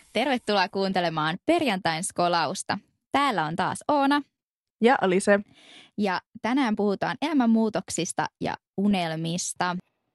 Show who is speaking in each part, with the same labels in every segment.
Speaker 1: Tervetuloa kuuntelemaan perjantain skolausta. Täällä on taas Oona.
Speaker 2: Ja Alise.
Speaker 1: Ja tänään puhutaan elämänmuutoksista ja unelmista.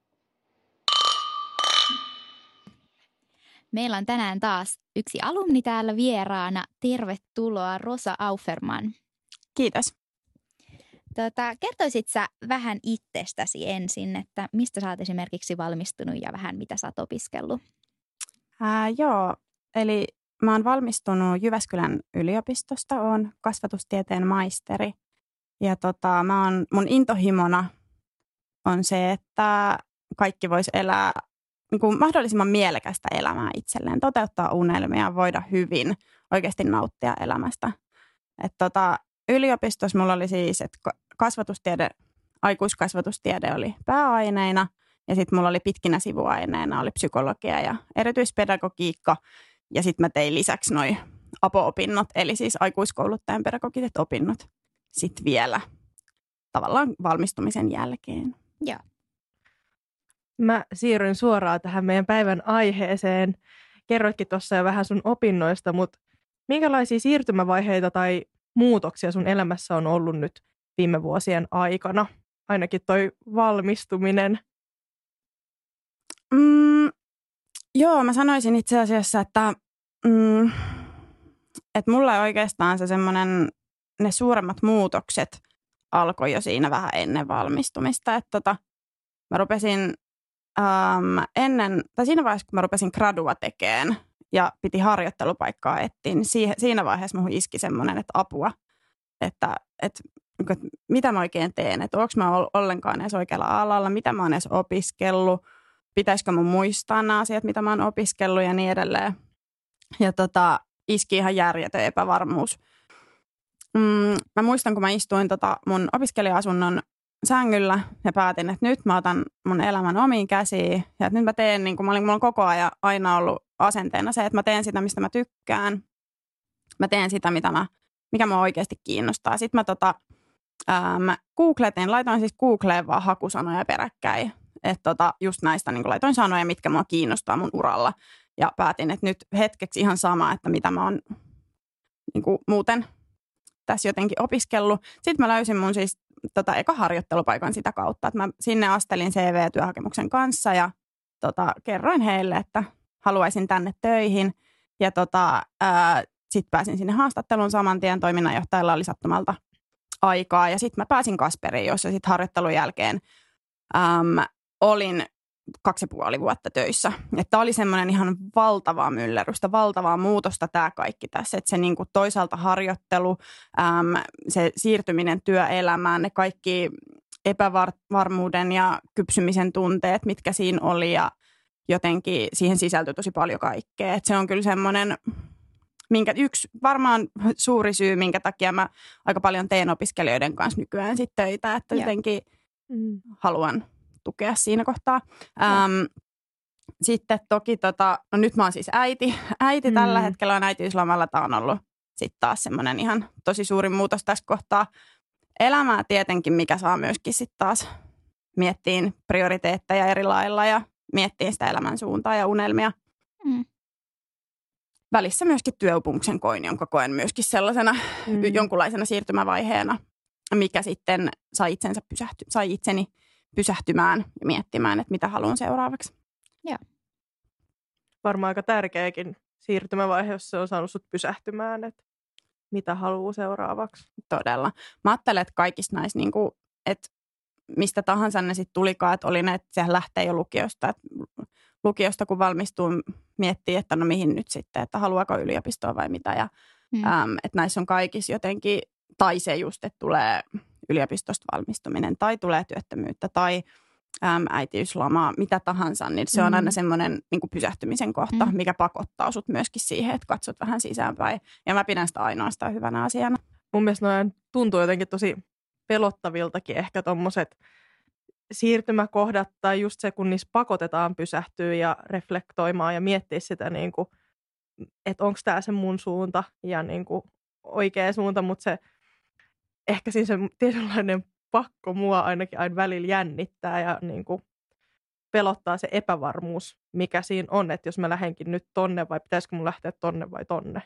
Speaker 1: Meillä on tänään taas yksi alumni täällä vieraana. Tervetuloa Rosa Auferman.
Speaker 3: Kiitos.
Speaker 1: Kertoisit sä vähän itsestäsi ensin, että mistä sä oot esimerkiksi valmistunut ja vähän mitä sä oot opiskellut?
Speaker 3: Joo, eli mä oon valmistunut Jyväskylän yliopistosta, oon kasvatustieteen maisteri. Ja mun intohimona on se, että kaikki vois elää niin kuin mahdollisimman mielekästä elämää itselleen, toteuttaa unelmia, voida hyvin, oikeasti nauttia elämästä. Yliopistossa mulla oli siis, että aikuiskasvatustiede oli pääaineina ja sitten mulla oli pitkinä sivuaineina oli psykologia ja erityispedagogiikka ja sitten mä tein lisäksi noi APO-opinnot, eli siis aikuiskouluttajan pedagogiset opinnot sitten vielä tavallaan valmistumisen jälkeen.
Speaker 1: Joo.
Speaker 2: Mä siirryn suoraan tähän meidän päivän aiheeseen. Kerroitkin tuossa jo vähän sun opinnoista, mutta minkälaisia siirtymävaiheita tai muutoksia sun elämässä on ollut nyt viime vuosien aikana? Ainakin toi valmistuminen.
Speaker 3: Joo, mä sanoisin itse asiassa, että mulla oikeastaan se semmoinen, ne suuremmat muutokset alkoi jo siinä vähän ennen valmistumista. Että mä rupesin siinä vaiheessa, kun mä rupesin gradua tekemään ja piti harjoittelupaikkaa etsiä, niin siinä vaiheessa muhun iski semmoinen, että apua, että mitä mä oikein teen, että onko mä ollenkaan edes oikealla alalla, mitä mä oon edes opiskellut, pitäisikö mun muistaa nämä asiat, mitä mä oon opiskellut ja niin edelleen. Ja iski ihan järjetön epävarmuus. Mä muistan, kun mä istuin mun opiskelija-asunnon sängyllä ja päätin, että nyt mä otan mun elämän omiin käsiin. Ja että nyt mä teen, niin kuin mulla on koko ajan aina ollut asenteena se, että mä teen sitä, mistä mä tykkään. Mä teen sitä, mikä mua oikeasti kiinnostaa. Sitten mä laitoin siis Googleen vaan hakusanoja peräkkäin. Että just näistä niin laitoin sanoja, mitkä mua kiinnostaa mun uralla. Ja päätin, että nyt hetkeksi ihan sama, että mitä mä oon niin muuten tässä jotenkin opiskellut. Sitten mä löysin mun siis eka harjoittelupaikan sitä kautta, että mä sinne astelin CV-työhakemuksen kanssa ja kerroin heille, että haluaisin tänne töihin. Ja sitten pääsin sinne haastatteluun saman tien, toiminnanjohtajalla oli sattumalta aikaa. Ja sitten mä pääsin Kasperiin, jossa sitten harjoittelun jälkeen olin 2,5 vuotta töissä. Että oli semmoinen ihan valtavaa myllerrystä, valtavaa muutosta tämä kaikki tässä. Että se niinku toisaalta harjoittelu, se siirtyminen työelämään, ne kaikki epävarmuuden ja kypsymisen tunteet, mitkä siinä oli ja jotenkin siihen sisältyi tosi paljon kaikkea. Että se on kyllä semmoinen, yksi varmaan suuri syy, minkä takia mä aika paljon teen opiskelijoiden kanssa nykyään sit töitä, että jotenkin haluan tukea siinä kohtaa. Sitten toki, no nyt mä oon siis äiti tällä hetkellä on äitiyslomalla. Tämä on ollut sitten taas semmoinen ihan tosi suuri muutos tässä kohtaa. Elämää tietenkin, mikä saa myöskin sitten taas miettiä prioriteetteja eri lailla ja miettiä sitä elämän suuntaa ja unelmia. Välissä myöskin työuupumuksen koin, jonka koen myöskin sellaisena jonkunlaisena siirtymävaiheena, mikä sitten sai itseni pysähtymään ja miettimään, että mitä haluan seuraavaksi.
Speaker 1: Joo.
Speaker 2: Varmaan aika tärkeäkin siirtymävaihe, jos se on saanut sut pysähtymään, että mitä haluaa seuraavaksi.
Speaker 3: Todella. Mä ajattelen, että kaikista näissä, niin kuin, että mistä tahansa ne sitten tulikaan, että oli ne, että sehän lähtee jo lukiosta. Että lukiosta kun valmistuu, miettii, että no mihin nyt sitten, että haluaako yliopistoa vai mitä. Ja, että näissä on kaikissa jotenkin, tai se just, että tulee yliopistosta valmistuminen tai tulee työttömyyttä tai äitiyslomaa, mitä tahansa, niin se on aina semmoinen niin kuin pysähtymisen kohta, mikä pakottaa sut myöskin siihen, että katsot vähän sisäänpäin. Ja mä pidän sitä ainoastaan hyvänä asiana.
Speaker 2: Mun mielestä noin tuntuu jotenkin tosi pelottaviltakin ehkä tommoset siirtymäkohdat tai just se, kun niissä pakotetaan pysähtyä ja reflektoimaan ja miettiä sitä, niin kuin, että onko tämä se mun suunta ja niin kuin oikea suunta, mutta se ehkä siinä se tietynlainen pakko mua ainakin aina välillä jännittää ja niin kuin pelottaa se epävarmuus, mikä siinä on, että jos mä lähdenkin nyt tonne vai pitäisikö mun lähteä tonne vai tonne.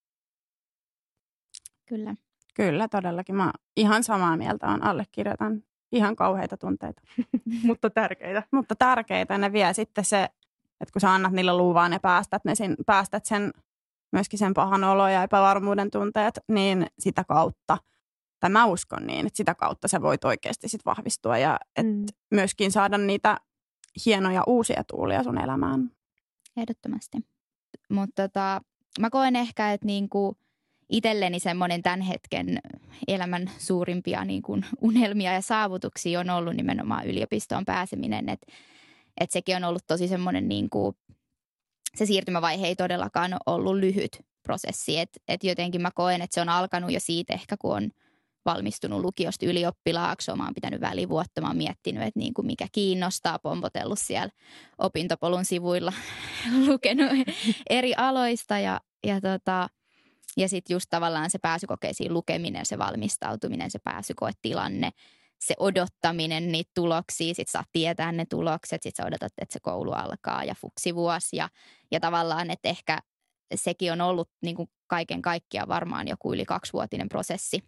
Speaker 1: Kyllä.
Speaker 3: Kyllä, todellakin. Mä ihan samaa mieltä on, allekirjoitan. Ihan kauheita tunteita.
Speaker 2: Mutta tärkeitä.
Speaker 3: Mutta tärkeitä. Ne vie sitten se, että kun sä annat niille luvan ja päästät sen, myöskin sen pahan olo ja epävarmuuden tunteet, niin sitä kautta, tai mä uskon niin, että sitä kautta sä voit oikeasti sit vahvistua ja myöskin saada niitä hienoja uusia tuulia sun elämään.
Speaker 1: Ehdottomasti. Mutta mä koen ehkä, että niinku itselleni semmoinen tämän hetken elämän suurimpia niinku unelmia ja saavutuksia on ollut nimenomaan yliopistoon pääseminen. Että sekin on ollut tosi semmoinen, niinku, se siirtymävaihe ei todellakaan ole ollut lyhyt prosessi. Että jotenkin mä koen, että se on alkanut jo siitä ehkä, kun on valmistunut lukiosta ylioppilaaksi. Mä oon pitänyt välivuotta, mä oon miettinyt, että niinku mikä kiinnostaa, pompotellut siellä opintopolun sivuilla, lukenut eri aloista ja sitten just tavallaan se pääsykokeisiin lukeminen, se valmistautuminen, se pääsykoetilanne, se odottaminen niitä tuloksia, sit saat tietää ne tulokset, sit sä odotat, että se koulu alkaa ja fuksivuosi ja tavallaan, että ehkä sekin on ollut niinku kaiken kaikkiaan varmaan joku yli 2-vuotinen prosessi.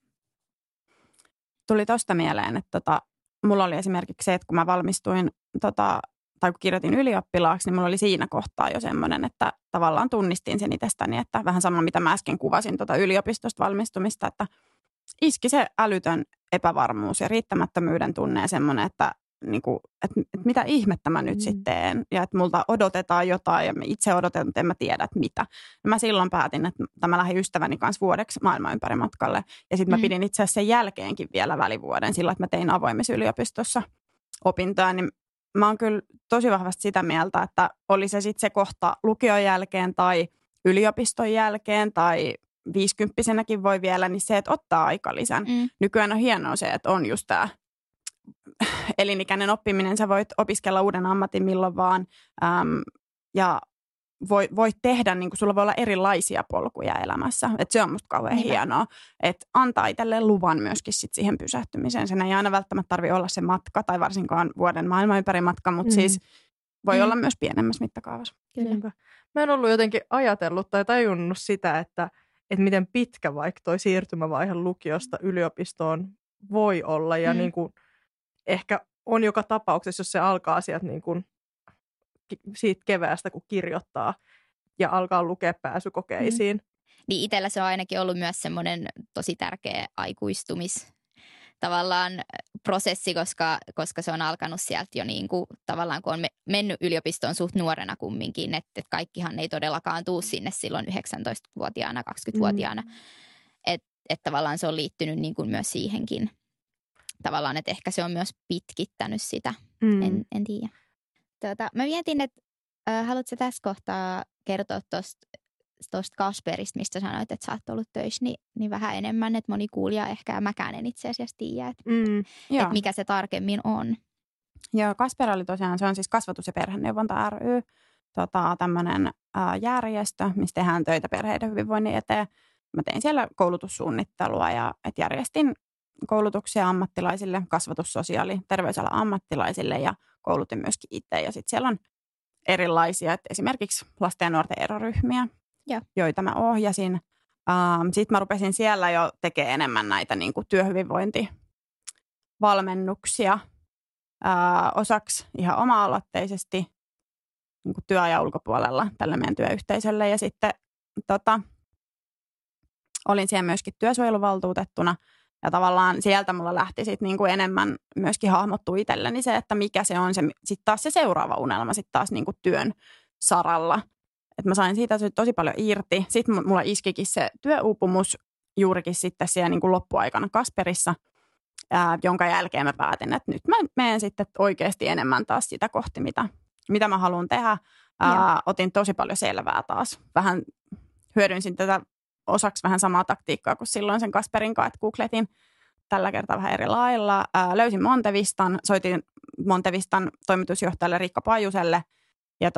Speaker 3: Tuli tosta mieleen, että mulla oli esimerkiksi se, että kun mä valmistuin tai kun kirjoitin ylioppilaaksi, niin mulla oli siinä kohtaa jo semmoinen, että tavallaan tunnistin sen itsestäni, että vähän sama mitä mä äsken kuvasin yliopistosta valmistumista, että iski se älytön epävarmuus ja riittämättömyyden tunne ja semmoinen, että mitä ihmettä mä nyt sitten teen ja että multa odotetaan jotain ja itse odotan, mutta en mä tiedä, että mitä. Ja mä silloin päätin, että mä lähdin ystäväni kanssa vuodeksi maailman ympäri matkalle ja sitten mä pidin itse asiassa sen jälkeenkin vielä välivuoden sillä, että mä tein avoimessa yliopistossa opintoja, niin mä oon kyllä tosi vahvasti sitä mieltä, että oli se sitten se kohta lukion jälkeen tai yliopiston jälkeen tai 50-vuotiaanakin voi vielä, niin se, että ottaa aikalisän. Nykyään on hienoa se, että on just tämä elinikäinen oppiminen. Sä voit opiskella uuden ammatin milloin vaan ja voit tehdä, niin kuin sulla voi olla erilaisia polkuja elämässä. Että se on musta kauhean hienoa. Että antaa itselleen luvan myöskin sit siihen pysähtymiseen. Sen ei aina välttämättä tarvitse olla se matka tai varsinkaan vuoden maailman ympäri matka, mutta siis voi olla myös pienemmässä mittakaavassa.
Speaker 2: Kyllä. Mä en ollut jotenkin ajatellut tai tajunnut sitä, että miten pitkä vaikka toi siirtymävaihe lukiosta yliopistoon voi olla. Ja niin kuin, ehkä on joka tapauksessa, jos se alkaa sieltä niin kuin, siitä keväästä, kun kirjoittaa ja alkaa lukea pääsykokeisiin.
Speaker 1: Niin itsellä se on ainakin ollut myös semmoinen tosi tärkeä tavallaan prosessi, koska se on alkanut sieltä jo niin kuin, tavallaan kun on mennyt yliopistoon suht nuorena kumminkin, että kaikkihan ei todellakaan tule sinne silloin 19-vuotiaana, 20-vuotiaana. Että tavallaan se on liittynyt niin kuin myös siihenkin tavallaan, että ehkä se on myös pitkittänyt sitä, en tiedä. Mä mietin, että haluatko tässä kohtaa kertoa tuosta Kasperista, mistä sanoit, että sä oot ollut töissä, niin vähän enemmän, että moni kuulija ehkä ja mäkään en itse asiassa tiedä, että mikä se tarkemmin on.
Speaker 3: Joo, Kasper oli tosiaan, se on siis kasvatus- ja perheneuvonta ry, tämmöinen järjestö, missä tehdään töitä perheiden hyvinvoinnin eteen. Mä tein siellä koulutussuunnittelua ja järjestin koulutuksia ammattilaisille, kasvatus-, sosiaali-, terveysalan ammattilaisille ja koulutin myöskin itse. Ja sitten siellä on erilaisia, että esimerkiksi lasten ja nuorten eroryhmiä, joita mä ohjasin. Sitten mä rupesin siellä jo tekemään enemmän näitä niin kuin työhyvinvointivalmennuksia osaksi ihan oma-aloitteisesti niin kuin työajan ulkopuolella tälle meidän työyhteisölle. Ja sitten olin siellä myöskin työsuojeluvaltuutettuna. Ja tavallaan sieltä mulla lähti sit niinku enemmän myöskin hahmottua itselleni se, että mikä se on sitten taas se seuraava unelma sitten taas niinku työn saralla. Että mä sain siitä tosi paljon irti. Sitten mulla iskikin se työuupumus juurikin sitten siellä niinku loppuaikana Kasperissa, jonka jälkeen mä päätin, että nyt mä menen sitten oikeasti enemmän taas sitä kohti, mitä mä haluan tehdä. Otin tosi paljon selvää taas. Vähän hyödynsin tätä osaksi vähän samaa taktiikkaa kuin silloin sen Kasperin kanssa, että googletin tällä kertaa vähän eri lailla. Löysin Montevistan, soitin Montevistan toimitusjohtajalle Riikka Pajuselle ja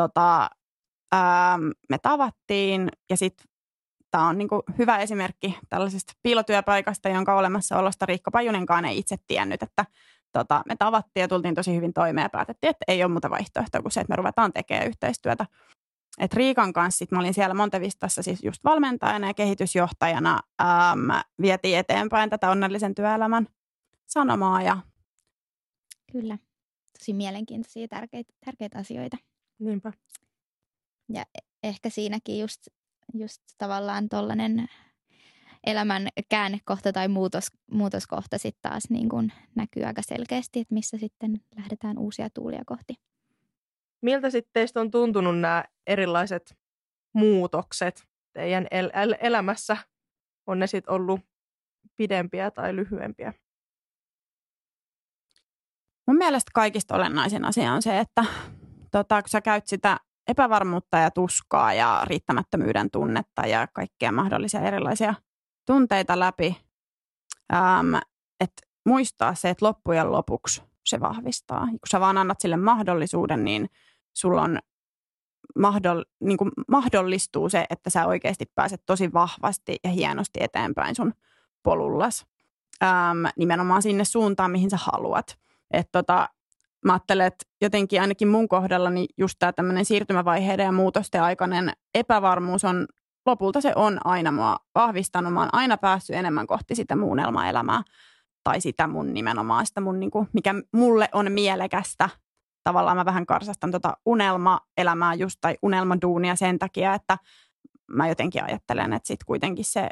Speaker 3: me tavattiin ja sitten tämä on niinku hyvä esimerkki tällaisesta piilotyöpaikasta, jonka olemassaolosta Riikka Pajunenkaan ei itse tiennyt, että me tavattiin ja tultiin tosi hyvin toimeen ja päätettiin, että ei ole muuta vaihtoehtoa kuin se, että me ruvetaan tekemään yhteistyötä. Et Riikan kanssa sit mä olin siellä Montevistassa siis just valmentajana ja kehitysjohtajana. Vietiin eteenpäin tätä onnellisen työelämän sanomaa. Ja...
Speaker 1: Kyllä, tosi mielenkiintoisia tärkeitä asioita.
Speaker 2: Niinpä.
Speaker 1: Ja ehkä siinäkin just tavallaan tollainen elämän käännekohta tai muutoskohta sitten taas niin kuin näkyy aika selkeästi, että missä sitten lähdetään uusia tuulia kohti.
Speaker 2: Miltä sitten teistä on tuntunut nämä erilaiset muutokset teidän elämässä? On ne sitten ollut pidempiä tai lyhyempiä?
Speaker 3: Mun mielestä kaikista olennaisin asia on se, että kun sä käyt sitä epävarmuutta ja tuskaa ja riittämättömyyden tunnetta ja kaikkia mahdollisia erilaisia tunteita läpi, että muistaa se, että loppujen lopuksi se vahvistaa. Kun sä vaan annat sille mahdollisuuden, niin sulla on mahdollistuu se, että sä oikeasti pääset tosi vahvasti ja hienosti eteenpäin sun polullas. Nimenomaan sinne suuntaan, mihin sä haluat. Mä ajattelen, että jotenkin ainakin mun kohdalla niin just tämä tämmöinen siirtymävaiheiden ja muutosten aikainen epävarmuus on, lopulta se on aina mua vahvistanut. Mä oon aina päässyt enemmän kohti sitä mun unelmaelämää tai sitä mun nimenomaan, sitä mun, niin kuin, mikä mulle on mielekästä. Tavallaan mä vähän karsastan unelmaelämää just tai unelmaduunia sen takia, että mä jotenkin ajattelen, että sit kuitenkin se,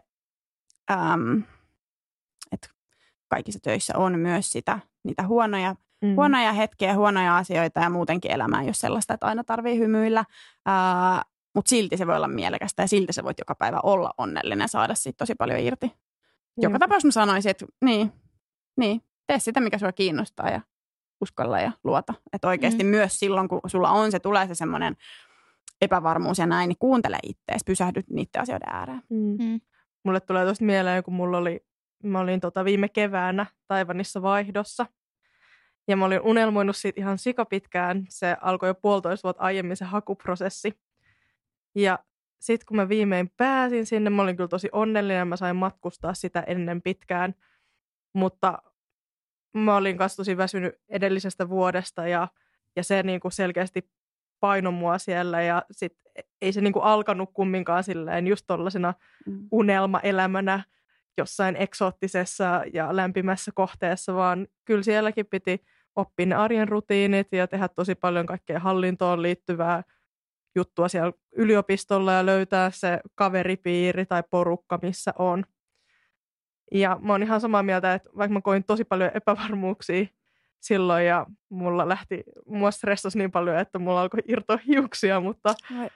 Speaker 3: että kaikissa töissä on myös niitä huonoja hetkiä, huonoja asioita ja muutenkin elämää, jos sellaista, että aina tarvii hymyillä, mutta silti se voi olla mielekästä ja silti sä voit joka päivä olla onnellinen ja saada siitä tosi paljon irti. Joka tapauksessa mä sanoisin, että niin, tee sitä, mikä sua kiinnostaa ja uskalla ja luota. Että oikeasti myös silloin, kun sulla tulee se semmoinen epävarmuus ja näin, niin kuuntele itseäsi, pysähdy niiden asioiden ääreen.
Speaker 2: Mulle tulee tuosta mieleen, kun mä olin viime keväänä Taiwanissa vaihdossa. Ja mä olin unelmoinut siitä ihan sikapitkään. Se alkoi jo 1,5 vuotta aiemmin se hakuprosessi. Ja sitten kun mä viimein pääsin sinne, mä olin kyllä tosi onnellinen. Mä sain matkustaa sitä ennen pitkään. Mutta mä olin kanssa tosi väsynyt edellisestä vuodesta ja se niinku selkeästi painoi mua siellä. Ja sit ei se niinku alkanut kumminkaan silleen just tollasena unelmaelämänä jossain eksoottisessa ja lämpimässä kohteessa, vaan kyllä sielläkin piti oppia ne arjen rutiinit ja tehdä tosi paljon kaikkea hallintoon liittyvää juttua siellä yliopistolla ja löytää se kaveripiiri tai porukka, missä on. Ja mä oon ihan samaa mieltä, että vaikka mä koin tosi paljon epävarmuuksia silloin ja mua stressasi niin paljon, että mulla alkoi irtoa hiuksia, mutta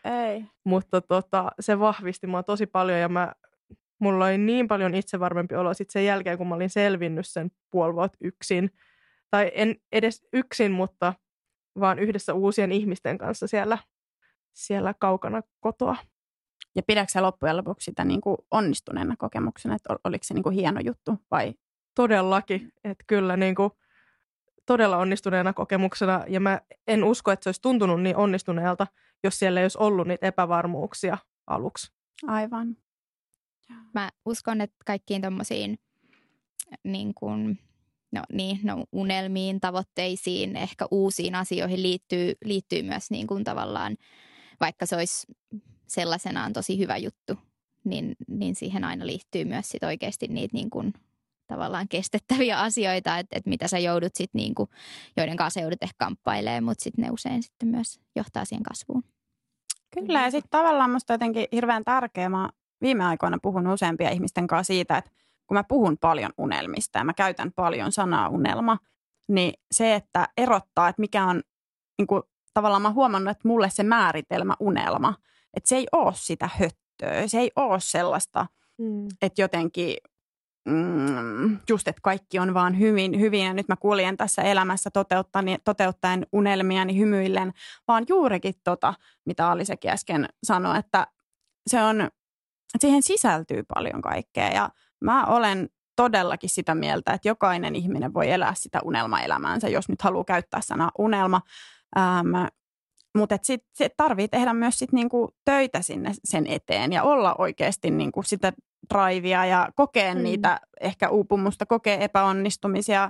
Speaker 2: se vahvisti mua tosi paljon ja mulla oli niin paljon itsevarmempi olo sitten sen jälkeen, kun mä olin selvinnyt sen 0,5 vuotta yksin. Tai en edes yksin, mutta vaan yhdessä uusien ihmisten kanssa siellä kaukana kotoa.
Speaker 3: Ja pidätkö sä loppujen lopuksi sitä niin kuin onnistuneena kokemuksena, että oliko se niin kuin hieno juttu vai?
Speaker 2: Todellakin, että kyllä niin kuin todella onnistuneena kokemuksena ja mä en usko, että se olisi tuntunut niin onnistuneelta, jos siellä ei olisi ollut niitä epävarmuuksia aluksi.
Speaker 3: Aivan.
Speaker 1: Mä uskon, että kaikkiin tommosiin niin kuin, unelmiin, tavoitteisiin, ehkä uusiin asioihin liittyy myös niin kuin tavallaan, vaikka se olisi sellaisenaan tosi hyvä juttu, niin siihen aina liittyy myös sit oikeasti niitä niin kuin tavallaan kestettäviä asioita, että mitä sä joudut sitten niin kuin, joiden kanssa joudut ehkä kamppailemaan, mutta sitten ne usein sitten myös johtaa siihen kasvuun.
Speaker 3: Kyllä ja sitten tavallaan musta jotenkin hirveän tärkeää, mä viime aikoina puhun useampia ihmisten kanssa siitä, että kun mä puhun paljon unelmista ja mä käytän paljon sanaa unelma, niin se, että erottaa, että mikä on, niin kuin, tavallaan mä oon huomannut, että mulle se määritelmä unelma, että se ei ole sitä höttöä, se ei ole sellaista, että jotenkin just, että kaikki on vaan hyvin ja nyt mä kuljen tässä elämässä toteuttaen unelmiani hymyillen, vaan juurikin mitä Alisekin äsken sanoi, että se on, että siihen sisältyy paljon kaikkea ja mä olen todellakin sitä mieltä, että jokainen ihminen voi elää sitä unelmaelämäänsä, jos nyt haluaa käyttää sanaa unelma. Mutta sitten tarvii tehdä myös sit niinku töitä sinne sen eteen ja olla oikeasti niinku sitä drivea ja kokea niitä ehkä uupumusta, kokea epäonnistumisia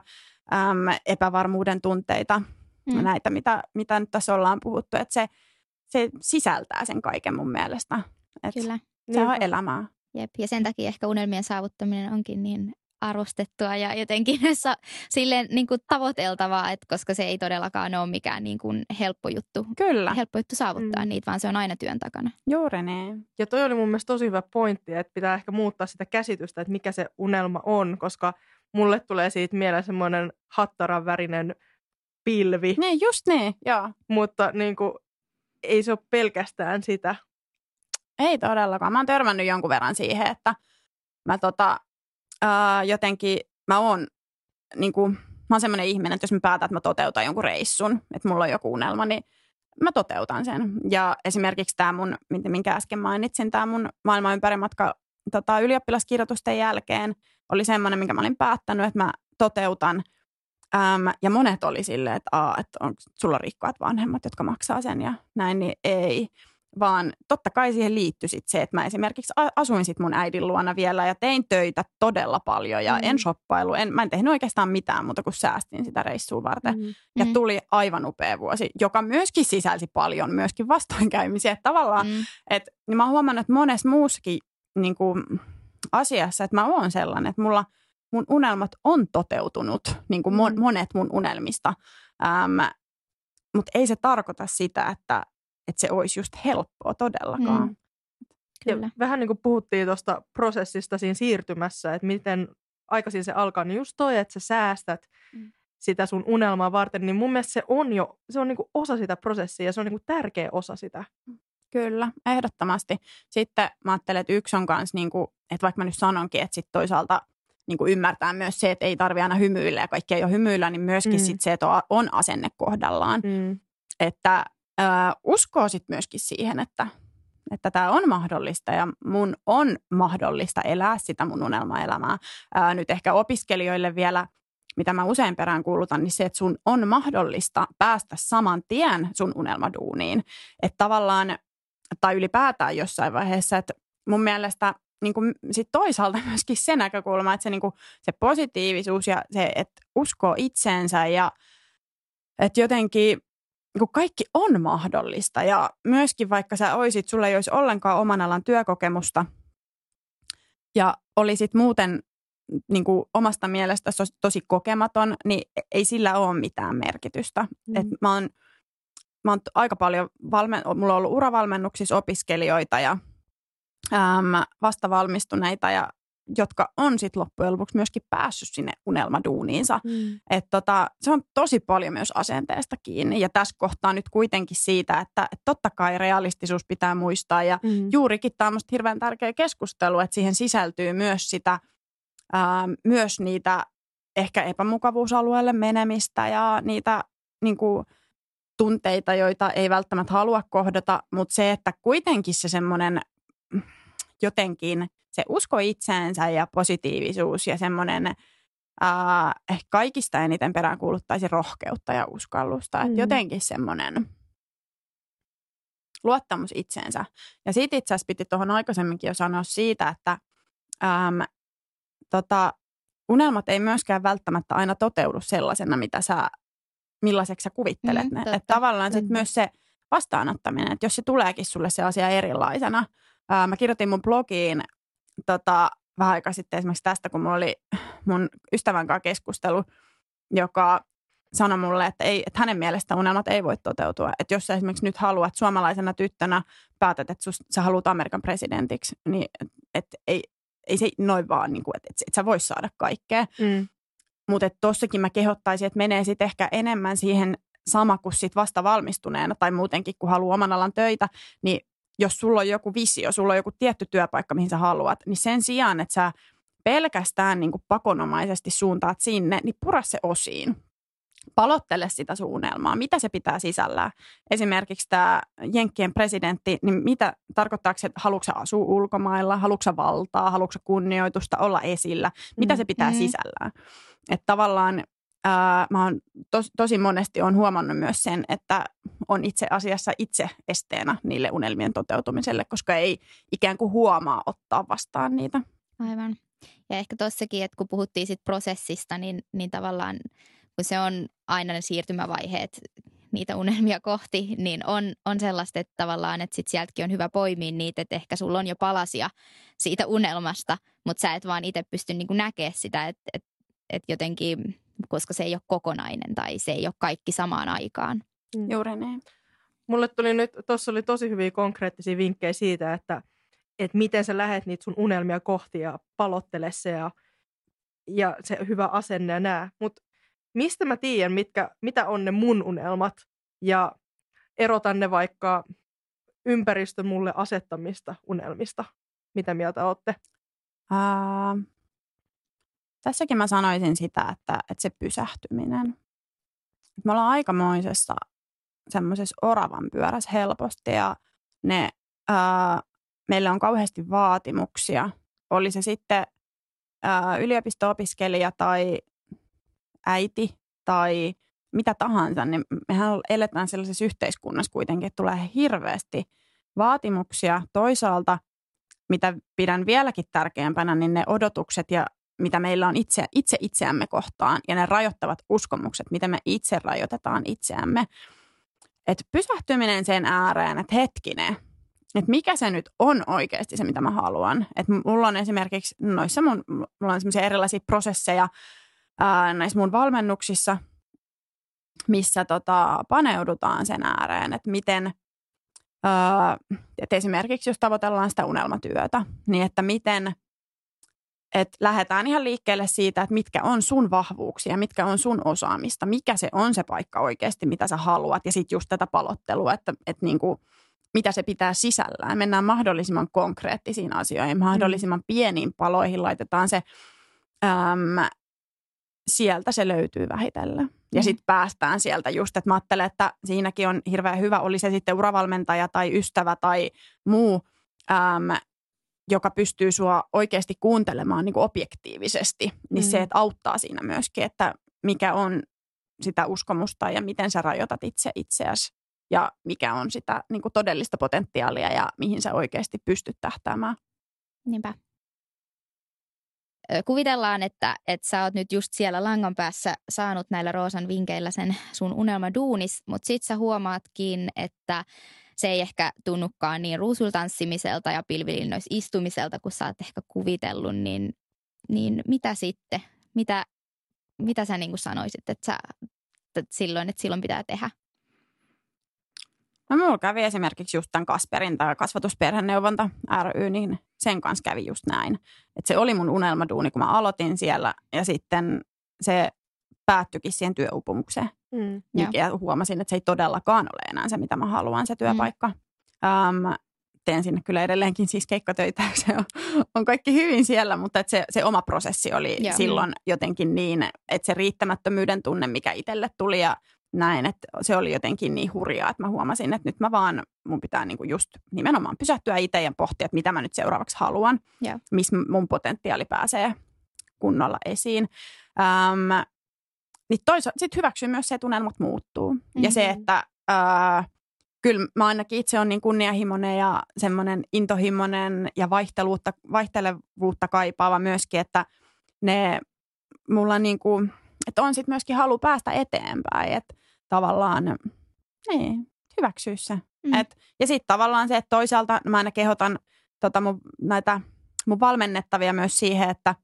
Speaker 3: epävarmuuden tunteita, näitä, mitä nyt tässä ollaan puhuttu. Että se sisältää sen kaiken mun mielestä. Että
Speaker 1: Kyllä.
Speaker 3: se on elämää.
Speaker 1: Jep. Ja sen takia ehkä unelmien saavuttaminen onkin niin arvostettua ja jotenkin silleen niin kuin tavoiteltavaa, että koska se ei todellakaan ole mikään niin kuin helppo juttu.
Speaker 3: Kyllä.
Speaker 1: Helppo juttu saavuttaa niitä, vaan se on aina työn takana.
Speaker 3: Juuri niin.
Speaker 2: Ja toi oli mun mielestä tosi hyvä pointti, että pitää ehkä muuttaa sitä käsitystä, että mikä se unelma on, koska mulle tulee siitä mieleen semmoinen hattaran värinen pilvi.
Speaker 3: Niin, just niin, joo.
Speaker 2: Mutta niin kuin, ei se ole pelkästään sitä.
Speaker 3: Ei todellakaan. Mä oon törmännyt jonkun verran siihen, että mä jotenkin, mä oon semmoinen ihminen, että jos mä päätän, että mä toteutan jonkun reissun, että mulla on joku unelma, niin mä toteutan sen. Ja esimerkiksi tämä mun, minkä äsken mainitsin, tämä mun maailman ympärimatka ylioppilaskirjoitusten jälkeen oli semmoinen, minkä mä olin päättänyt, että mä toteutan. Ja monet oli silleen, että sulla on rikkaat vanhemmat, jotka maksaa sen ja näin, niin ei. Vaan totta kai siihen liittyi sit se, että mä esimerkiksi asuin sit mun äidin luona vielä ja tein töitä todella paljon ja en shoppailu. Mä en tehnyt oikeastaan mitään muuta kuin säästin sitä reissua varten. Ja tuli aivan upea vuosi, joka myöskin sisälsi paljon myöskin vastoinkäymisiä. Että tavallaan, niin mä oon huomannut, että monessa muussakin niin kuin asiassa, että mä oon sellainen, että mun unelmat on toteutunut, niin kuin monet mun unelmista. Mutta ei se tarkoita sitä, että se olisi just helppoa todellakaan.
Speaker 2: Ja vähän niin kuin puhuttiin tuosta prosessista siinä siirtymässä, että miten aikaisin se alkaa, niin just toi, että sä säästät sitä sun unelmaa varten, niin mun mielestä se on niin kuin osa sitä prosessia ja se on niin kuin tärkeä osa sitä.
Speaker 3: Kyllä, ehdottomasti. Sitten mä ajattelen, että yksi on kanssa, niin kuin, että vaikka mä nyt sanonkin, että sitten toisaalta niin kuin ymmärtää myös se, että ei tarvitse aina hymyillä ja kaikki ei ole hymyillä, niin myöskin sit se, että on asenne kohdallaan. Että uskoo sitten myöskin siihen, että tämä on mahdollista ja mun on mahdollista elää sitä mun unelmaelämää. Nyt ehkä opiskelijoille vielä, mitä mä usein peräänkuulutan, niin se, että sun on mahdollista päästä saman tien sun unelmaduuniin. Että tavallaan, tai ylipäätään jossain vaiheessa, että mun mielestä niin kuin sit toisaalta myöskin se näkökulma, että se, niin kuin, se positiivisuus ja se, että uskoo itseensä ja että jotenkin kun kaikki on mahdollista ja myöskin vaikka sulla ei olisi ollenkaan oman alan työkokemusta ja olisit muuten niin kuin omasta mielestä tosi kokematon, niin ei sillä ole mitään merkitystä. Et mä oon aika paljon, mulla on ollut uravalmennuksissa opiskelijoita ja vastavalmistuneita ja jotka on sitten loppujen lopuksi myöskin päässyt sinne unelmaduuniinsa. Että se on tosi paljon myös asenteesta kiinni. Ja tässä kohtaa nyt kuitenkin siitä, että totta kai realistisuus pitää muistaa. Ja juurikin tämä on musta hirveän tärkeä keskustelu, että siihen sisältyy myös myös niitä ehkä epämukavuusalueelle menemistä ja niitä niin kuin, tunteita, joita ei välttämättä halua kohdata. Mutta se, että kuitenkin se semmoinen jotenkin se usko itseensä ja positiivisuus ja semmoinen ehkä kaikista eniten peräänkuuluttaisi rohkeutta ja uskallusta. Että jotenkin semmoinen luottamus itseensä. Ja siitä itse asiassa piti tuohon aikaisemminkin jo sanoa siitä, että unelmat ei myöskään välttämättä aina toteudu sellaisena, millaiseksi sä kuvittelet ne. Että tavallaan sitten myös se vastaanottaminen, että jos se tuleekin sulle se asia erilaisena. Mä kirjoitin mun blogiin vähän aikaa sitten esimerkiksi tästä, kun mulla oli mun ystävän kanssa keskustelu, joka sanoi mulle, että hänen mielestä unelmat ei voi toteutua. Että jos sä esimerkiksi nyt haluat suomalaisena tyttönä päätät, että sä haluat Amerikan presidentiksi, niin ei se noin vaan, niin kuin, että et sä vois saada kaikkea. Mutta tossakin mä kehottaisin, että menee sitten ehkä enemmän siihen sama kuin sit vasta valmistuneena tai muutenkin, kun haluaa oman alan töitä, niin jos sulla on joku visio, sulla on joku tietty työpaikka, mihin sä haluat, niin sen sijaan, että sä pelkästään niin kuin pakonomaisesti suuntaat sinne, niin pura se osiin. Palottele sitä sun unelmaa. Mitä se pitää sisällään? Esimerkiksi tämä Jenkkien presidentti, niin mitä tarkoittaako se, että haluatko sä asua ulkomailla, haluatko sä valtaa, haluatko sä kunnioitusta, olla esillä? Mitä se pitää sisällään? Että tavallaan mä oon tosi monesti on huomannut myös sen, että on itse asiassa itse esteenä niille unelmien toteutumiselle, koska ei ikään kuin huomaa ottaa vastaan niitä.
Speaker 1: Aivan. Ja ehkä tossakin, että kun puhuttiin sit prosessista, niin tavallaan kun se on aina ne siirtymävaiheet niitä unelmia kohti, niin on sellaista, että tavallaan, että sit sieltäkin on hyvä poimia niitä, että ehkä sulla on jo palasia siitä unelmasta, mutta sä et vaan itse pysty niin kuin näkemään sitä, että jotenkin, koska se ei ole kokonainen tai se ei ole kaikki samaan aikaan.
Speaker 3: Juuri niin.
Speaker 2: Mulle tuli nyt, tuossa oli tosi hyviä konkreettisia vinkkejä siitä, että miten sä lähet niitä sun unelmia kohti ja palottele se ja se hyvä asenne ja nää. Mutta mistä mä tiedän, mitä on ne mun unelmat ja erotan ne vaikka ympäristön mulle asettamista unelmista? Mitä mieltä ootte?
Speaker 3: Tässäkin mä sanoisin sitä, että se pysähtyminen. Me ollaan aikamoisessa semmoisessa oravan pyörässä helposti ja meillä on kauheasti vaatimuksia. Oli se sitten yliopisto-opiskelija tai äiti tai mitä tahansa, niin mehän eletään sellaisessa yhteiskunnassa kuitenkin, että tulee hirveästi vaatimuksia. Toisaalta, mitä pidän vieläkin tärkeämpänä, niin ne odotukset ja mitä meillä on itse itseämme kohtaan ja ne rajoittavat uskomukset, miten me itse rajoitetaan itseämme. Että pysähtyminen sen ääreen, että hetkinen, että mikä se nyt on oikeasti se, mitä mä haluan. Että mulla on esimerkiksi mulla on semmoisia erilaisia prosesseja näissä mun valmennuksissa, missä paneudutaan sen ääreen, että miten, että esimerkiksi jos tavoitellaan sitä unelmatyötä, niin että miten, että lähdetään ihan liikkeelle siitä, että mitkä on sun vahvuuksia, mitkä on sun osaamista, mikä se on se paikka oikeasti, mitä sä haluat ja sitten just tätä palottelua, että niinku, mitä se pitää sisällään. Mennään mahdollisimman konkreettisiin asioihin, mahdollisimman pieniin paloihin, laitetaan se, sieltä se löytyy vähitellen. Ja sitten päästään sieltä just, että mä ajattelen, että siinäkin on hirveän hyvä, oli se sitten uravalmentaja tai ystävä tai muu, joka pystyy sua oikeasti kuuntelemaan niin kuin objektiivisesti, niin se, että auttaa siinä myöskin, että mikä on sitä uskomusta ja miten sä rajoitat itseäsi ja mikä on sitä niin kuin todellista potentiaalia ja mihin sä oikeasti pystyt tähtäämään.
Speaker 1: Niinpä. Kuvitellaan, että sä oot nyt just siellä langan päässä saanut näillä Roosan vinkeillä sen sun unelmaduunis, mutta sit sä huomaatkin, että se ei ehkä tunnukaan niin ruusultanssimiselta ja pilvilinnoisistumiselta, kun sä oot ehkä kuvitellut, niin mitä sitten? Mitä sä niin kuin sanoisit, että silloin pitää tehdä?
Speaker 3: No mulla kävi esimerkiksi just tämän Kasperin tai kasvatusperheneuvonta ry, niin sen kanssa kävi just näin. Että se oli mun unelmaduuni, kun mä aloitin siellä ja sitten se päättyikin siihen työuupumukseen. Ja huomasin, että se ei todellakaan ole enää se, mitä mä haluan, se työpaikka. Teen sinne kyllä edelleenkin siis keikkatöitä, se on kaikki hyvin siellä, mutta että se oma prosessi oli silloin jotenkin niin, että se riittämättömyyden tunne, mikä itselle tuli ja näin, että se oli jotenkin niin hurjaa, että mä huomasin, että nyt mun pitää niinku just nimenomaan pysähtyä itse ja pohtia, että mitä mä nyt seuraavaksi haluan, missä mun potentiaali pääsee kunnolla esiin. Niin toisaalta sitten hyväksyy myös se, että unelmat muuttuu. Ja se, että kyllä mä ainakin itse on niin kunnianhimoinen ja semmoinen intohimoinen ja vaihtelevuutta kaipaava myöskin, että mulla niinku, että on sitten myöskin halu päästä eteenpäin, että tavallaan hyväksyä se. Ja sitten tavallaan se, että toisaalta mä aina kehotan mun valmennettavia myös siihen, että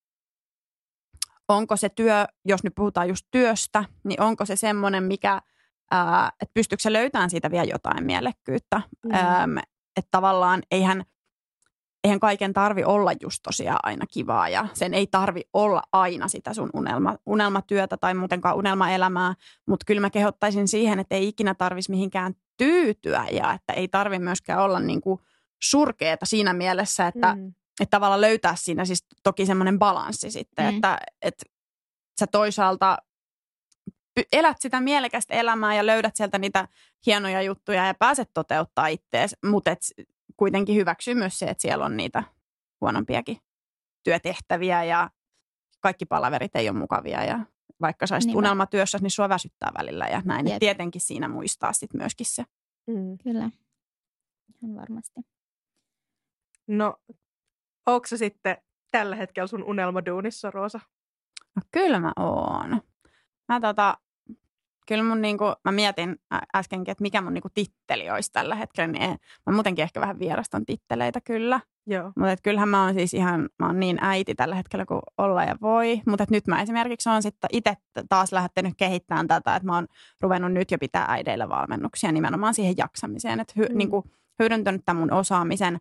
Speaker 3: onko se työ, jos nyt puhutaan just työstä, niin onko se semmoinen, mikä, että pystyykö se löytämään siitä vielä jotain mielekkyyttä. Että tavallaan eihän kaiken tarvi olla just tosiaan aina kivaa ja sen ei tarvi olla aina sitä sun unelmatyötä tai muutenkaan unelmaelämää, mutta kyllä mä kehottaisin siihen, että ei ikinä tarvitsisi mihinkään tyytyä ja että ei tarvi myöskään olla niinku surkeeta siinä mielessä, että tavallaan löytää siinä siis toki semmoinen balanssi sitten, että sä toisaalta elät sitä mielekästä elämää ja löydät sieltä niitä hienoja juttuja ja pääset toteuttaa itseäsi, mutta kuitenkin hyväksyy myös se, että siellä on niitä huonompiakin työtehtäviä ja kaikki palaverit ei ole mukavia ja vaikka saisit unelmatyössä, niin sua väsyttää välillä ja näin. Että tietenkin siinä muistaa sitten myöskin se.
Speaker 1: Kyllä, ihan varmasti.
Speaker 2: No, onko se sitten tällä hetkellä sun unelmaduunissa, Roosa?
Speaker 3: No kyllä mä oon. Kyllä mun mä mietin äskenkin, että mikä mun titteli olisi tällä hetkellä, niin mä muutenkin ehkä vähän vierastan titteleitä kyllä.
Speaker 2: Joo.
Speaker 3: Mutta kyllähän mä oon siis mä oon niin äiti tällä hetkellä kuin olla ja voi. Mutta nyt mä esimerkiksi oon sitten itse taas lähtenyt kehittämään tätä, että mä oon ruvennut nyt jo pitää äideille valmennuksia nimenomaan siihen jaksamiseen. Että hyödyntänyt tämän mun osaamisen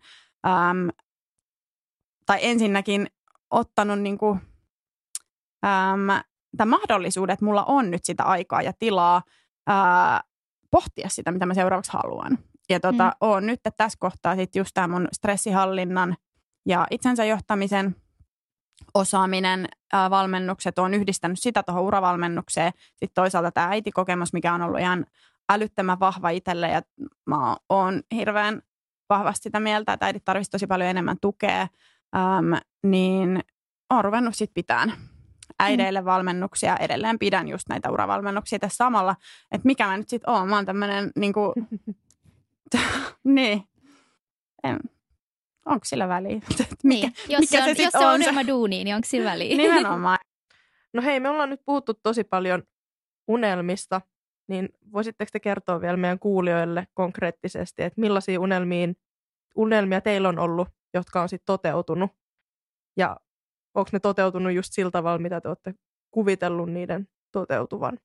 Speaker 3: tai ensinnäkin ottanut tämän mahdollisuuden, että mulla on nyt sitä aikaa ja tilaa pohtia sitä, mitä mä seuraavaksi haluan. Ja oon nyt tässä kohtaa sitten just tämä mun stressihallinnan ja itsensä johtamisen osaaminen, valmennukset, oon yhdistänyt sitä tuohon uravalmennukseen. Sitten toisaalta tämä äitikokemus, mikä on ollut ihan älyttömän vahva itselle ja mä oon hirveän vahvasti sitä mieltä, että äidit tarvitsisi tosi paljon enemmän tukea, niin oon ruvennut sitten pitämään äideille valmennuksia. Edelleen pidän just näitä uravalmennuksia tässä samalla, että mikä mä nyt sitten oon. Mä oon tämmöinen niin. Onko sillä väliä?
Speaker 1: Niin. Jos se on unelmaduuni, niin onko sillä väliä?
Speaker 3: Nimenomaan.
Speaker 2: No hei, me ollaan nyt puhuttu tosi paljon unelmista, niin voisitteko te kertoa vielä meidän kuulijoille konkreettisesti, että millaisia unelmia teillä on ollut, jotka on sitten toteutunut? Ja onko ne toteutunut just sillä tavalla, mitä te olette kuvitellut niiden toteutuvan?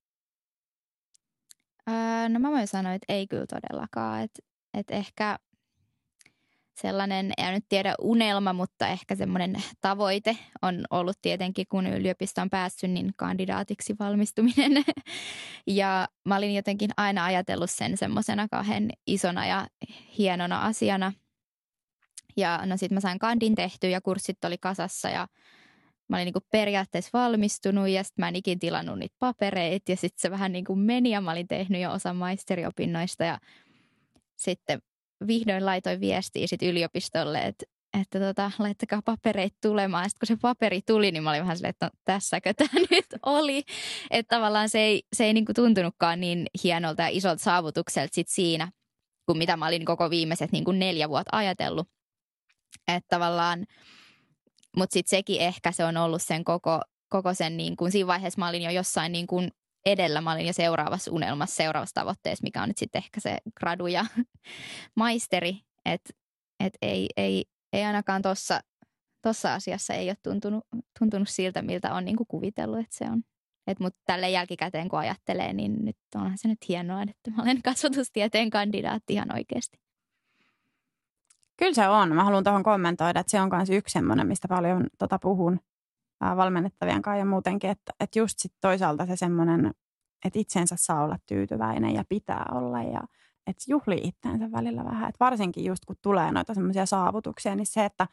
Speaker 1: No mä voin sanoa, että ei kyllä todellakaan. Että ehkä sellainen, en nyt tiedä unelma, mutta ehkä semmoinen tavoite on ollut tietenkin, kun yliopistoon päässyt, niin kandidaatiksi valmistuminen. Ja mä olin jotenkin aina ajatellut sen semmoisena kauhean isona ja hienona asiana. Ja no sit mä sain kandin tehtyä ja kurssit oli kasassa ja mä olin niinku periaatteessa valmistunut ja sitten mä en ikin tilannut niitä papereita ja sitten se vähän niinku meni ja mä olin tehnyt jo osa maisteriopinnoista ja sitten vihdoin laitoin viestiä sit yliopistolle, että laittakaa papereita tulemaan. Sitten kun se paperi tuli, niin mä olin vähän silleen, että no, tässäkö tämä nyt oli. Että tavallaan se ei niinku tuntunutkaan niin hienolta ja isolta saavutukselta sit siinä, kuin mitä mä olin koko viimeiset niinku 4 vuotta ajatellut. Että tavallaan, mutta sitten sekin ehkä se on ollut sen koko sen, niin kuin siinä vaiheessa mä olin jo jossain niin kuin edellä, mä olin jo seuraavassa unelmassa, seuraavassa tavoitteessa, mikä on nyt sitten ehkä se gradu ja maisteri, että ei ainakaan tuossa asiassa ei ole tuntunut siltä, miltä on niin kuin kuvitellut, että se on. Mutta tälle jälkikäteen kun ajattelee, niin nyt onhan se nyt hienoa, että mä olen kasvatustieteen kandidaatti ihan oikeasti.
Speaker 3: Kyllä se on. Mä haluan tuohon kommentoida, että se on myös yksi semmoinen, mistä paljon puhun valmennettavien kanssa ja muutenkin, että just sit toisaalta se semmoinen, että itsensä saa olla tyytyväinen ja pitää olla ja että juhlii itseensä välillä vähän. Että varsinkin just kun tulee noita semmoisia saavutuksia, niin se, että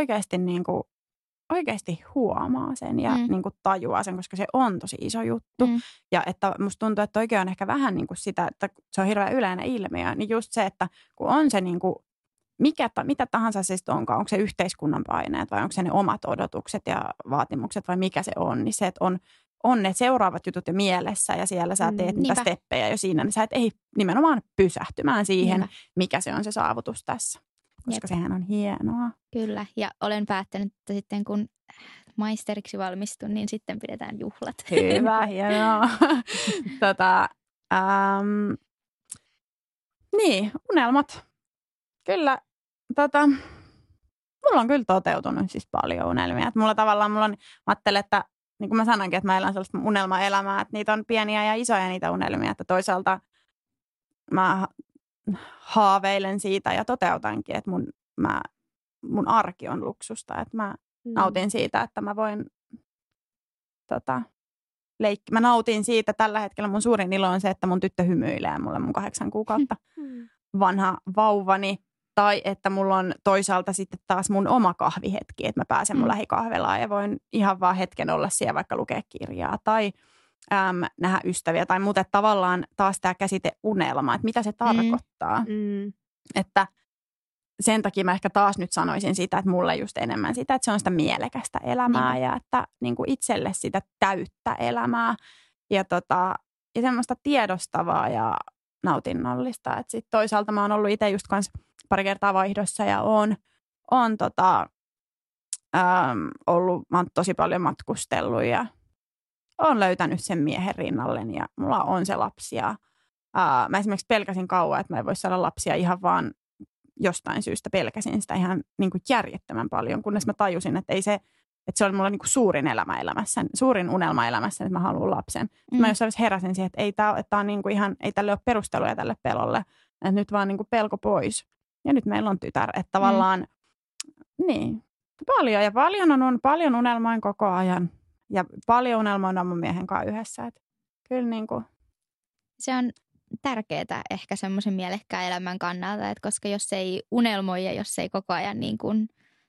Speaker 3: oikeasti huomaa sen ja tajuaa sen, koska se on tosi iso juttu. Ja että musta tuntuu, että oikein on ehkä vähän niin kuin sitä, että se on hirveän yleinen ilmiö, niin just se, että kun on se niin kuin mitä tahansa se sitten onkaan, onko se yhteiskunnan paineet vai onko se ne omat odotukset ja vaatimukset vai mikä se on, niin se, että on ne seuraavat jutut jo mielessä ja siellä sä teet niitä steppejä jo siinä, niin sä et ei nimenomaan pysähtymään siihen, mikä se on se saavutus tässä, koska sehän on hienoa.
Speaker 1: Kyllä, ja olen päättänyt, että sitten kun maisteriksi valmistun, niin sitten pidetään juhlat.
Speaker 3: Hyvä, hienoa. Niin, unelmat. Kyllä. Mulla on kyllä toteutunut siis paljon unelmia. Että mä ajattelen, että niin kuin mä sanoinkin, että mä elän sellaista unelmaelämää, että niitä on pieniä ja isoja niitä unelmia. Että toisaalta mä haaveilen siitä ja toteutankin, että mun arki on luksusta. Että mä nautin siitä, että mä voin mä nautin siitä tällä hetkellä. Mun suurin ilo on se, että mun tyttö hymyilee mulle mun 8 kuukautta vanha vauvani. Tai että mulla on toisaalta sitten taas mun oma kahvihetki, että mä pääsen mun lähikahvelaan ja voin ihan vaan hetken olla siellä vaikka lukea kirjaa tai nähdä ystäviä tai muuta. Tavallaan taas tämä käsite unelma, että mitä se tarkoittaa. Että sen takia mä ehkä taas nyt sanoisin sitä, että mulle just enemmän sitä, että se on sitä mielekästä elämää ja että niin kuin itselle sitä täyttä elämää ja semmoista tiedostavaa ja nautinnollista. Että sitten toisaalta mä oon ollut itse just kanssa pari kertaa vaihdossa ja oon ollut, mä oon tosi paljon matkustellut ja olen löytänyt sen miehen rinnalleni ja mulla on se lapsi. Ja, mä esimerkiksi pelkäsin kauan, että mä en voi saada lapsia ihan vaan jostain syystä pelkäsin sitä ihan niin kuin järjettömän paljon, kunnes mä tajusin, että se oli mulla niin kuin suurin unelma elämässä, että mä haluan lapsen. Mä jossain vaiheessa heräsin siihen, että tää on niin kuin ihan, ei tälle ole perusteluja tälle pelolle, että nyt vaan niin kuin pelko pois. Ja nyt meillä on tytär, että tavallaan, niin, paljon unelmoin koko ajan. Ja paljon unelmoin mun miehen kanssa yhdessä, että kyllä niin kuin.
Speaker 1: Se on tärkeää ehkä semmoisen mielekkään elämän kannalta, että koska jos ei unelmoi ja jos ei koko ajan niin kuin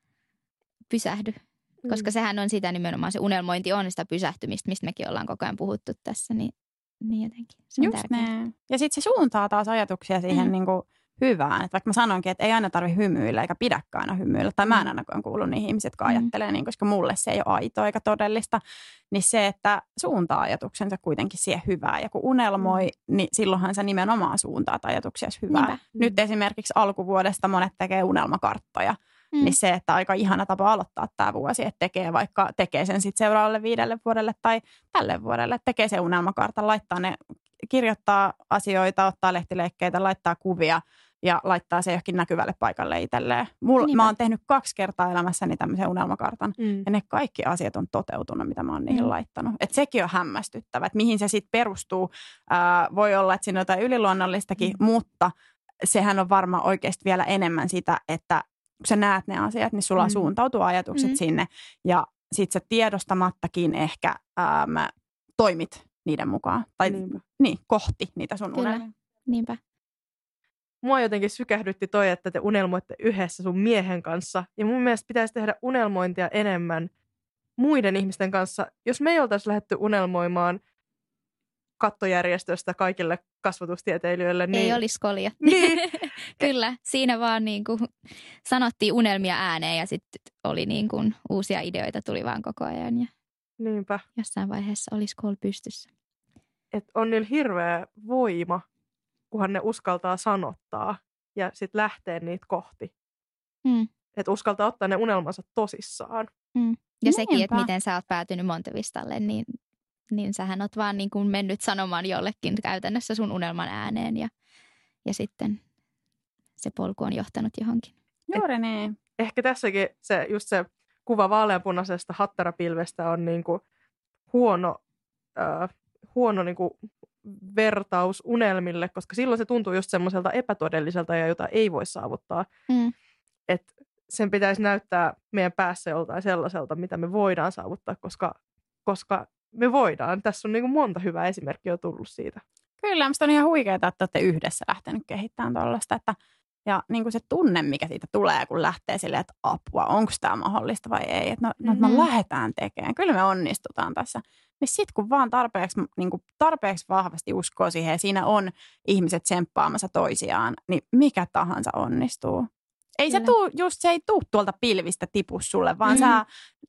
Speaker 1: pysähdy, koska sehän on sitä nimenomaan, se unelmointi on sitä pysähtymistä, mistä mekin ollaan koko ajan puhuttu tässä, niin jotenkin se on
Speaker 3: just tärkeää. Ja sitten se suuntaa taas ajatuksia siihen niin kuin hyvään. Että vaikka mä sanoinkin, että ei aina tarvitse hymyillä eikä pidäkään aina hymyillä, tai mä en ainakaan kuulu niihin ihmisiä, jotka ajattelee niin, koska mulle se ei ole aitoa eikä todellista, niin se, että suuntaa ajatuksensa kuitenkin siihen hyvään. Ja kun unelmoi, niin silloinhan sä nimenomaan suuntaat ajatuksia hyvään. Niinpä. Nyt esimerkiksi alkuvuodesta monet tekee unelmakarttoja. Niin se, että aika ihana tapa aloittaa tämä vuosi, että tekee sen sitten seuraavalle 5 vuodelle tai tälle vuodelle. Tekee se unelmakartan, kirjoittaa asioita, ottaa lehtileikkeitä, laittaa kuvia ja laittaa se johonkin näkyvälle paikalle itselleen. Mä oon tehnyt 2 kertaa elämässäni tämmöisen unelmakartan ja ne kaikki asiat on toteutunut, mitä mä oon niihin laittanut. Että sekin on hämmästyttävä, että mihin se sitten perustuu. Voi olla, että siinä on jotain yliluonnollistakin, mutta sehän on varmaan oikeasti vielä enemmän sitä, että kun sä näet ne asiat, niin sulla suuntautuu ajatukset sinne ja sit sä tiedostamattakin ehkä toimit niiden mukaan. Tai kohti niitä sun unelmia.
Speaker 1: Niinpä.
Speaker 2: Mua jotenkin sykähdytti toi, että te unelmoitte yhdessä sun miehen kanssa. Ja mun mielestä pitäisi tehdä unelmointia enemmän muiden ihmisten kanssa. Jos me ei oltaisi lähdetty unelmoimaan kattojärjestöstä kaikille kasvatustieteilijöille. Niin
Speaker 1: ei olisi kolja.
Speaker 2: Niin.
Speaker 1: Kyllä, siinä vaan niin kuin sanottiin unelmia ääneen ja sitten oli niin kuin uusia ideoita tuli vaan koko ajan. Ja
Speaker 2: niinpä.
Speaker 1: Jossain vaiheessa olisi kol pystyssä.
Speaker 2: Et on niillä hirveä voima, kunhan ne uskaltaa sanottaa ja sitten lähtee niitä kohti. Että uskaltaa ottaa ne unelmansa tosissaan.
Speaker 1: Ja sekin, että miten sä oot päätynyt Montevistalle, niin sähän oot vaan niin kuin mennyt sanomaan jollekin käytännössä sun unelman ääneen ja sitten se polku on johtanut johonkin.
Speaker 3: Juuri niin.
Speaker 2: Ehkä tässäkin just se kuva vaaleanpunaisesta hattarapilvestä on niin kuin huono niin kuin vertaus unelmille, koska silloin se tuntuu just semmoiselta epätodelliselta ja jota ei voi saavuttaa. Että sen pitäisi näyttää meidän päässä joltain sellaiselta, mitä me voidaan saavuttaa, koska me voidaan. Tässä on niin kuin monta hyvää esimerkkiä tullut siitä.
Speaker 3: Kyllä, minusta on ihan huikeaa, että olette yhdessä lähtenyt kehittämään tuollaista. Ja niin kuin se tunne, mikä siitä tulee, kun lähtee silleen, että apua, onko tämä mahdollista vai ei. Että me lähdetään tekemään. Kyllä me onnistutaan tässä. Niin sitten kun vaan tarpeeksi vahvasti uskoo siihen ja siinä on ihmiset tsemppaamassa toisiaan, niin mikä tahansa onnistuu. Se ei tuu tuolta pilvistä tipu sulle, vaan sä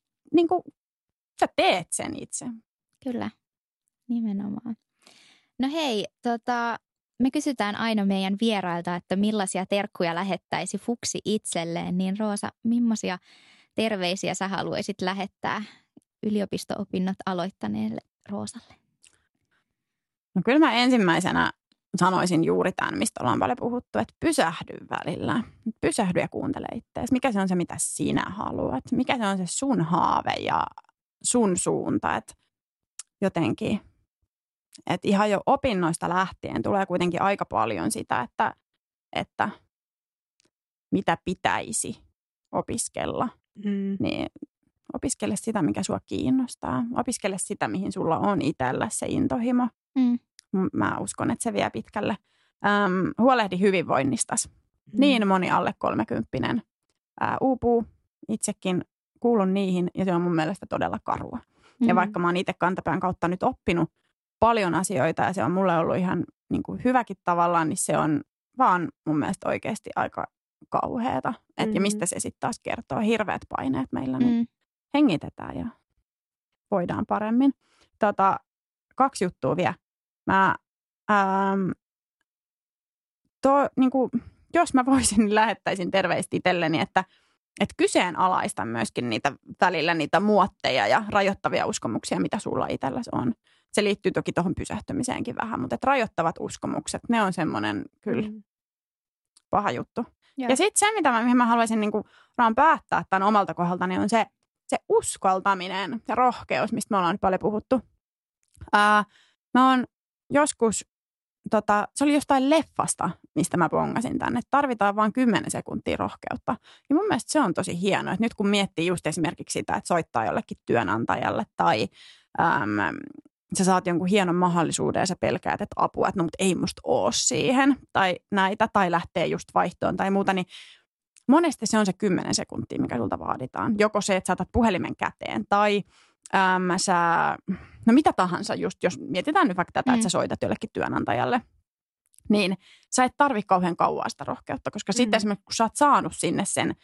Speaker 3: teet sen itse.
Speaker 1: Kyllä, nimenomaan. No hei, me kysytään aina meidän vierailta, että millaisia terkkuja lähettäisi Fuksi itselleen. Niin Roosa, millaisia terveisiä sä haluaisit lähettää yliopisto-opinnot aloittaneelle Roosalle?
Speaker 3: No kyllä mä ensimmäisenä sanoisin juuri tämän, mistä ollaan paljon puhuttu, että pysähdy välillä. Pysähdy ja kuuntele itseäsi. Mikä se on se, mitä sinä haluat? Mikä se on se sun haave ja sun suunta? Että jotenkin, että ihan jo opinnoista lähtien tulee kuitenkin aika paljon sitä, että mitä pitäisi opiskella. Niin opiskele sitä, mikä sua kiinnostaa. Opiskele sitä, mihin sulla on itsellä se intohimo. Mä uskon, että se vie pitkälle. Huolehdi hyvinvoinnistasi. Niin moni alle 30 uupuu. Itsekin kuulun niihin ja se on mun mielestä todella karua. Ja vaikka mä oon itse kantapään kautta nyt oppinut paljon asioita ja se on mulle ollut ihan niin kuin hyväkin tavallaan, niin se on vaan mun mielestä oikeasti aika kauheata. Ja mistä se sitten taas kertoo? Hirveät paineet meillä nyt hengitetään ja voidaan paremmin. 2 juttua vielä. Mä, niin kuin, jos mä voisin, niin lähettäisin terveistä itselleni, että kyseenalaista myöskin välillä niitä muotteja ja rajoittavia uskomuksia, mitä sulla itselläsi on. Se liittyy toki tuohon pysähtymiseenkin vähän, mutta rajoittavat uskomukset, ne on semmoinen kyllä paha juttu. Ja sitten se, mihin mä haluaisin niinku päättää tämän omalta kohdaltani, on se uskaltaminen ja rohkeus, mistä me ollaan nyt paljon puhuttu. Mä oon joskus, se oli jostain leffasta, mistä mä bongasin tänne. Tarvitaan vain 10 sekuntia rohkeutta. Ja mun mielestä se on tosi hienoa, että nyt kun miettii just esimerkiksi sitä, että soittaa jollekin työnantajalle tai sä saat jonkun hienon mahdollisuuden ja sä pelkäät, että apua, että no mut ei musta oo siihen tai näitä tai lähtee just vaihtoon tai muuta, niin monesti se on se 10 sekuntia, mikä sulta vaaditaan. Joko se, että sä otat puhelimen käteen tai no mitä tahansa just, jos mietitään nyt vaikka tätä, että sä soitat jollekin työnantajalle, niin sä et tarvitse kauhean kauaa sitä rohkeutta, koska sitten esimerkiksi kun sä oot saanut sinne sen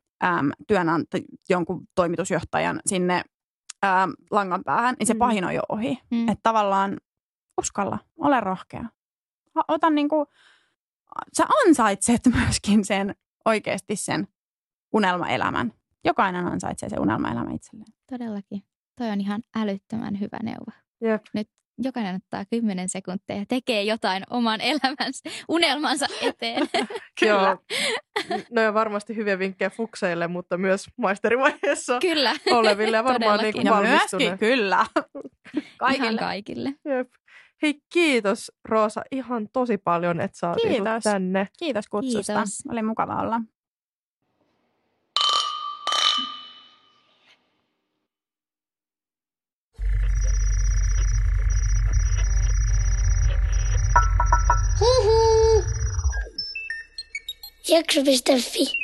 Speaker 3: jonkun toimitusjohtajan sinne langan päähän, niin se pahin on jo ohi. Että tavallaan uskalla, ole rohkea. Ota niinku, sä ansaitset myöskin oikeasti sen unelmaelämän. Jokainen ansaitsee sen unelmaelämän itselleen.
Speaker 1: Todellakin. Toi on ihan älyttömän hyvä neuvo.
Speaker 2: Jep.
Speaker 1: Nyt jokainen ottaa 10 sekuntia ja tekee jotain oman elämänsä, unelmansa eteen.
Speaker 2: Kyllä. No ja varmasti hyviä vinkkejä fukseille, mutta myös maisterivaiheessa oleville ja varmaan niin kuin valmistuneille.
Speaker 3: Myöskin, kyllä.
Speaker 1: Ihan kaikille.
Speaker 2: Jep. Hei, kiitos Roosa ihan tosi paljon, että saatiin sut tänne.
Speaker 3: Kiitos kutsusta. Kiitos. Oli mukava olla.
Speaker 4: Jakso.fi